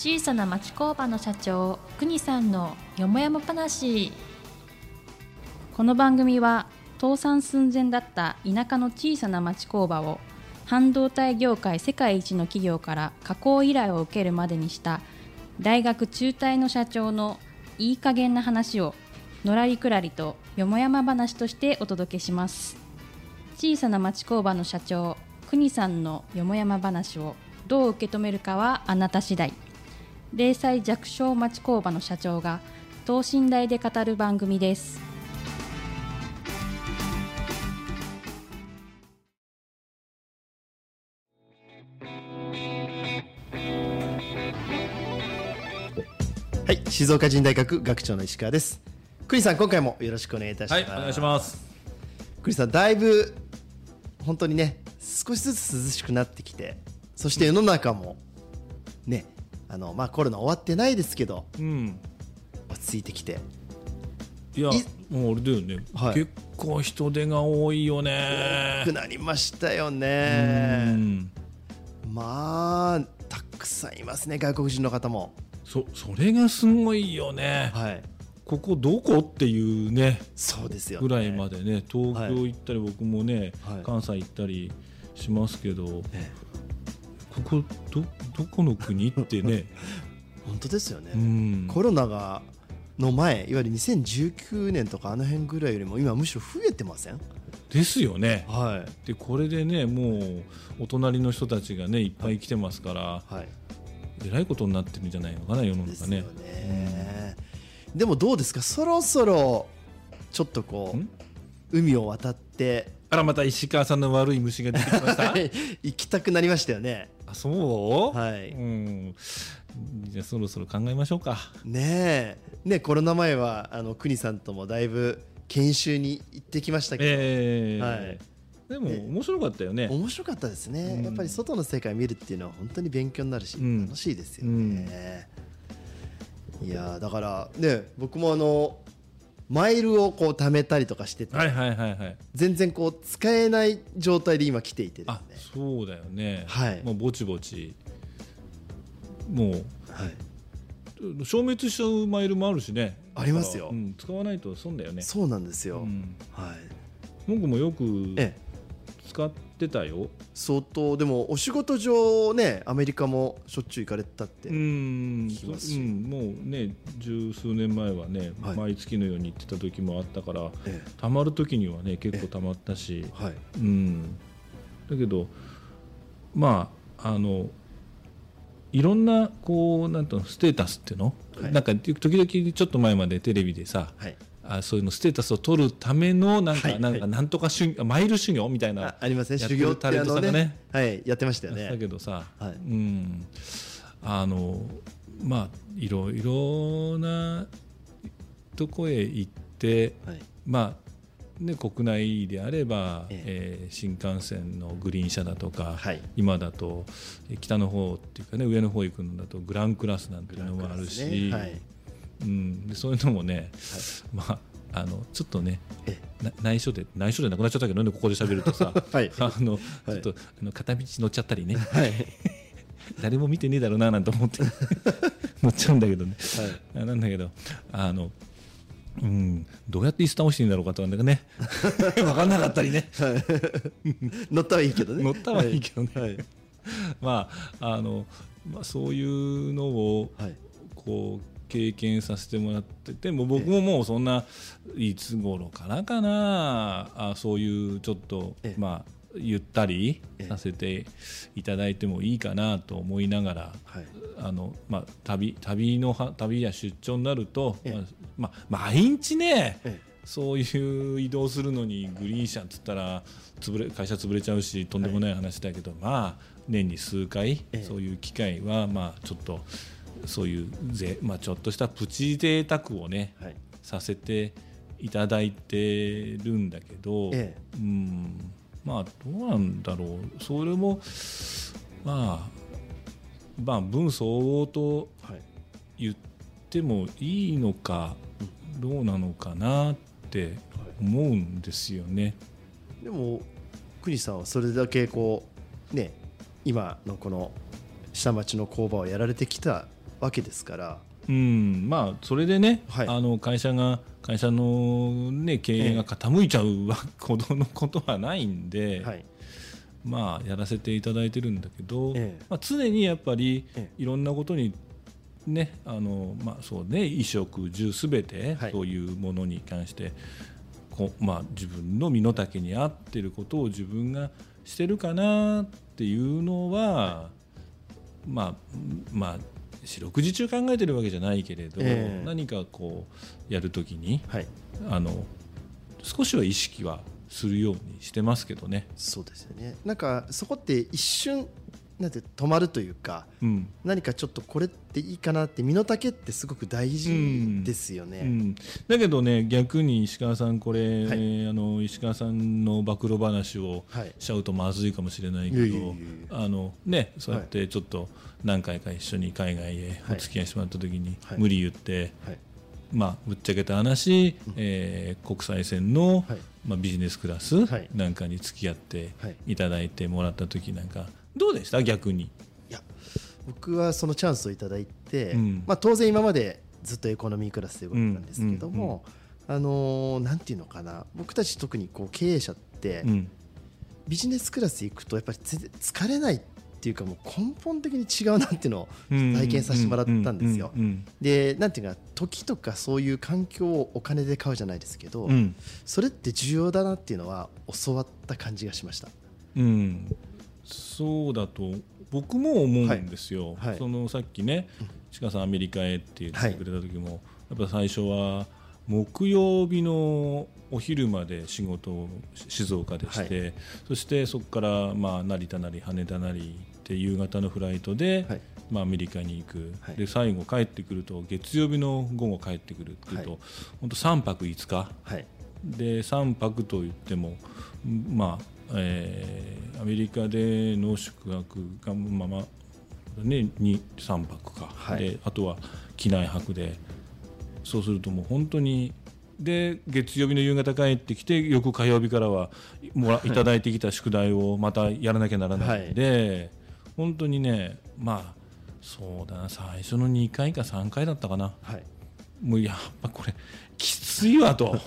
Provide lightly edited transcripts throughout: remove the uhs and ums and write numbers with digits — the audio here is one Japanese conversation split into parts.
小さな町工場の社長国さんのよもやま話。この番組は倒産寸前だった田舎の小さな町工場を半導体業界世界一の企業から加工依頼を受けるまでにした大学中退の社長のいい加減な話をのらりくらりとよもやま話としてお届けします。小さな町工場の社長国さんのよもやま話をどう受け止めるかはあなた次第。零細弱小町工場の社長が等身大で語る番組です。 はい、静岡人大学学長の石川です。栗さん、今回もよろしくお願いいたします。 はい、お願いします。 栗さん、だいぶ本当にね、少しずつ涼しくなってきて、そして世の中もね、コロナ終わってないですけど、落ち着いてきて、 いや、もうあれだよね、 はい、 結構人手が多いよね。 多くなりましたよね。まあたくさんいますね、外国人の方も。それがすごいよね、はい、ここどこっていうね、 そうですよね、 ぐらいまでね、東京行ったり、僕もね、 はい、 関西行ったりしますけど、ここ どこの国ってね本当ですよね、コロナの前、いわゆる2019年とかあの辺ぐらいよりも今むしろ増えてませんですよね、 はい、 でこれでね、もうお隣の人たちがねいっぱい来てますから、はい、えらいことになってるんじゃないのかな、世の中ね。 ですよね、でもどうですか、そろそろちょっとこう海を渡って、 あら、また石川さんの悪い虫が出てきました行きたくなりましたよね。 あ、そう、 はい、 じゃあそろそろ考えましょうかね。コロナ前は国さんともだいぶ研修に行ってきましたけど、はい、 でも面白かったよね。 面白かったですね、やっぱり外の世界を見るっていうのは本当に勉強になるし、楽しいですよね、いやだからね、僕もマイルをこう貯めたりとかしてて、全然こう使えない状態で今来ていてですね。 あ、そうだよね、 はい、 もうぼちぼちもう、はい、消滅しちゃうマイルもあるしね。 ありますよ、 使わないと損だよね。 そうなんですよ、はい、僕もよく使ってたよ、 相当。でもお仕事上ね、アメリカもしょっちゅう行かれたって聞きますし、 もうね、十数年前はね、はい、毎月のように行ってた時もあったから、たまる時にはね結構たまったし、だけどまあいろんなこうなんていうの、ステータスっていうの、なんか時々ちょっと前までテレビでさ、そういうのステータスを取るためのなんとかマイル修行みたいな、 ありますね、修行ってね、はい、やってましたよね。 だけどさ、まあいろいろなとこへ行って、まあね、国内であれば、新幹線のグリーン車だとか、今だと北の方っていうかね、上の方行くのだとグランクラスなんていうのもあるし、でそういうのもね、まあちょっとね、内緒でなくなっちゃったけどね、ここで喋るとさ、ちょっと片道乗っちゃったりね、誰も見てねえだろうななんて思って乗っちゃうんだけどね、なんだけどどうやって椅子倒していいんだろうかとかね分かんなかったりね乗ったはいいけどね、 まあそういうのをこう経験させてもらってて、も僕ももうそんないつ頃からかな、そういうちょっとまあゆったりさせていただいてもいいかなと思いながら、旅や出張になると、毎日ね、そういう移動するのにグリーン車っつったら会社潰れちゃうし、とんでもない話だけど、まあ年に数回そういう機会はまあちょっとそういうちょっとしたプチ贅沢をね、させていただいてるんだけど、まあどうなんだろう、それもまあ分相応と言ってもいいのかどうなのかなって思うんですよね。 でも国さんはそれだけこうね、今のこの下町の工場をやられてきたわけですから、 まあそれでね、 はい、 会社の、ね、経営が傾いちゃうほどのことはないんで、はい、まあやらせていただいてるんだけど、まあ、常にやっぱりいろんなことにね、まあそうね、衣食住すべてそういうものに関して、まあ、自分の身の丈に合っていることを自分がしてるかなっていうのは、まあ四六時中考えてるわけじゃないけれど、何かこうやるときに、少しは意識はするようにしてますけどね。 そうですよね。なんかそこって一瞬なんて止まるというか、何かちょっとこれっていいかなって身の丈ってすごく大事ですよね。 だけどね、逆に石川さんこれ、石川さんの暴露話をしちゃうとまずいかもしれないけど、ね、そうやってちょっと何回か一緒に海外へお付き合いしてもらった時に無理言って、まあぶっちゃけた話、国際線の、まあ、ビジネスクラスなんかに付き合っていただいてもらった時なんかどうでした？逆に。いや、僕はそのチャンスをいただいて、まあ、当然今までずっとエコノミークラスということなんですけども、なんていうのかな、僕たち特にこう経営者って、ビジネスクラス行くとやっぱり疲れないっていうか、もう根本的に違うなっていうのを体験させてもらったんですよ。で、なんていうか、時とかそういう環境をお金で買うじゃないですけど、それって重要だなっていうのは教わった感じがしました。 そうだと僕も思うんですよ。そのさっきね、鹿さんアメリカへって言ってくれた時も、やっぱ最初は木曜日のお昼まで仕事を静岡でして、そしてそこからまあ成田なり羽田なりって夕方のフライトで、まあアメリカに行く、で最後帰ってくると月曜日の午後帰ってくるっていうと、本当3泊5日、で3泊といってもまあアメリカでの宿泊がまま、ね、3泊か、であとは機内泊で、そうするともう本当にで月曜日の夕方帰ってきて、翌火曜日からはいただいてきた宿題をまたやらなきゃならないので、本当にね、まあそうだな、最初の2回か3回だったかな、もうやっぱこれきついわと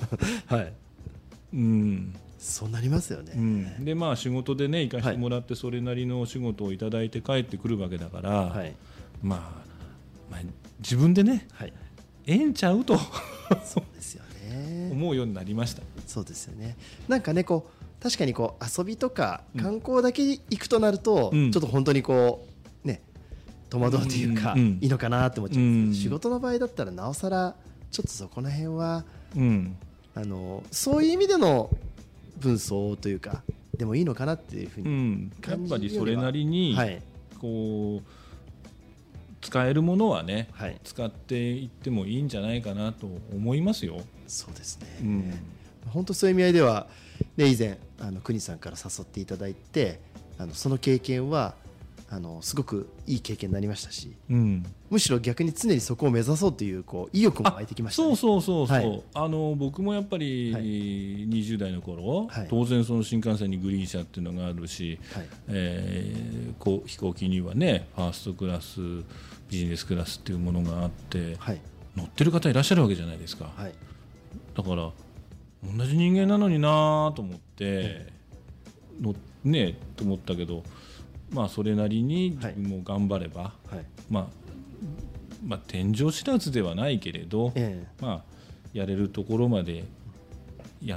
そうなりますよね。 でまあ仕事でね行かせてもらって、それなりのお仕事をいただいて帰ってくるわけだから、まあ自分でね、ええんちゃうとそうですよね、 思うようになりました。 そうですよね。なんかね、こう確かにこう遊びとか観光だけ行くとなると、ちょっと本当にこうね戸惑うというか、いいのかなって思っちゃうんですけど、仕事の場合だったらなおさらちょっとそこら辺は、そういう意味での分相というかでもいいのかなっていうふうにやっぱりそれなりにこう使えるものはね、使っていってもいいんじゃないかなと思いますよ。 そうですね、本当そういう意味合いでは、ね、以前国さんから誘っていただいて、その経験はすごくいい経験になりましたし、むしろ逆に常にそこを目指そうという意欲も湧いてきましたね。 そう僕もやっぱり20代の頃、当然その新幹線にグリーン車っていうのがあるし、飛行機にはねファーストクラスビジネスクラスっていうものがあって、乗ってる方いらっしゃるわけじゃないですか。だから同じ人間なのになと思って、と思ったけど、まあそれなりに自分も頑張れば、まあ天井知らずではないけれど、まあやれるところまでやって、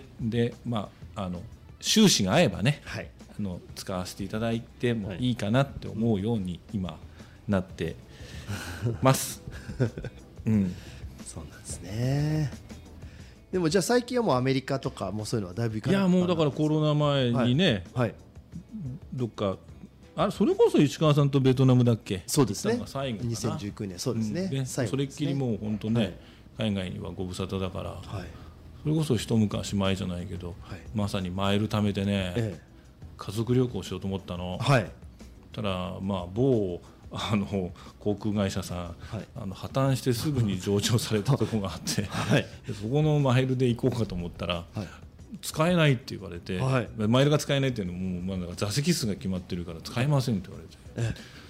でまあ収支が合えばね、使わせていただいてもいいかなって思うように今なってますそうなんですね。でもじゃあ最近はもうアメリカとかもそういうのはだいぶ行かなかったんですか？ いやもうだからコロナ前にね、どっかそれこそ石川さんとベトナムだっけ？ そうですね。 最後かな。 2019年そうですね。 それっきりもう本当ね、海外にはご無沙汰だから、それこそ一昔前じゃないけど、まさにマイル貯めてね、家族旅行しようと思ったの。ただまあ某航空会社さん、破綻してすぐに上場されたところがあって、そこのマイルで行こうかと思ったら、使えないって言われて、マイルが使えないっていうのもまだ座席数が決まってるから使えませんって言われて、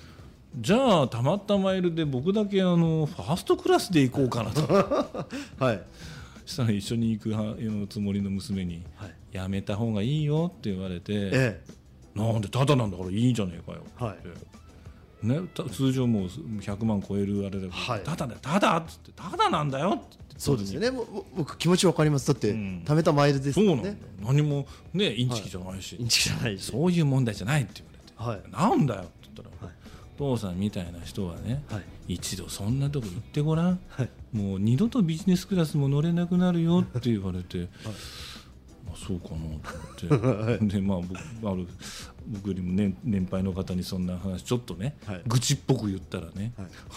じゃあたまったマイルで僕だけファーストクラスで行こうかなとはいしたら一緒に行くつもりの娘に、やめた方がいいよって言われて、なんでただなんだからいいじゃねえかよってね、通常もう100万超えるあれだけど、ただだよただっつってただなんだよって。 そうですよね。僕気持ちわかります。だって貯めたマイルですもんね。 何もねインチキじゃないし、 インチキじゃないし、 そういう問題じゃないって言われて、なんだよって言ったら、父さんみたいな人はね、一度そんなとこ行ってごらん、もう二度とビジネスクラスも乗れなくなるよって言われて、そうかなと思ってで、僕よりも、年配の方にそんな話ちょっとね、愚痴っぽく言ったらね、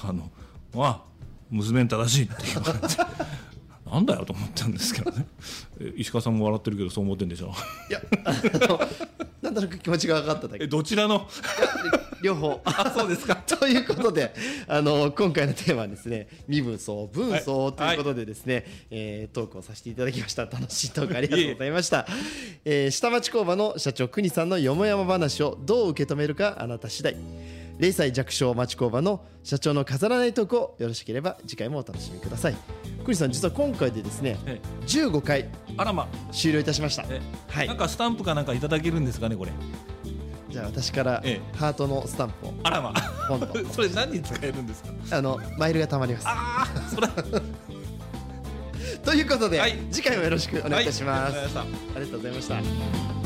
娘に正しいって言われてなんだよと思ったんですけどね。石川さんも笑ってるけどそう思ってんでしょ。 いやなんとなく気持ちが分かっただけ。 どちらの両方。 そうですか。 ということで今回のテーマはですね、身分相分相ということでですね、トークをさせていただきました。楽しいトークありがとうございました。下町工場の社長国さんのよもやま話をどう受け止めるかあなた次第。0歳弱小町工場の社長の飾らないトークをよろしければ次回もお楽しみください。国さん、実は今回でですね、15回終了いたしました。 なんかスタンプかなんかいただけるんですかねこれ。 じゃあ私からハートのスタンプをポンとそれ何に使えるんですか。 マイルがたまります。 それということで、次回もよろしくお願いいたします。ありがとうございました。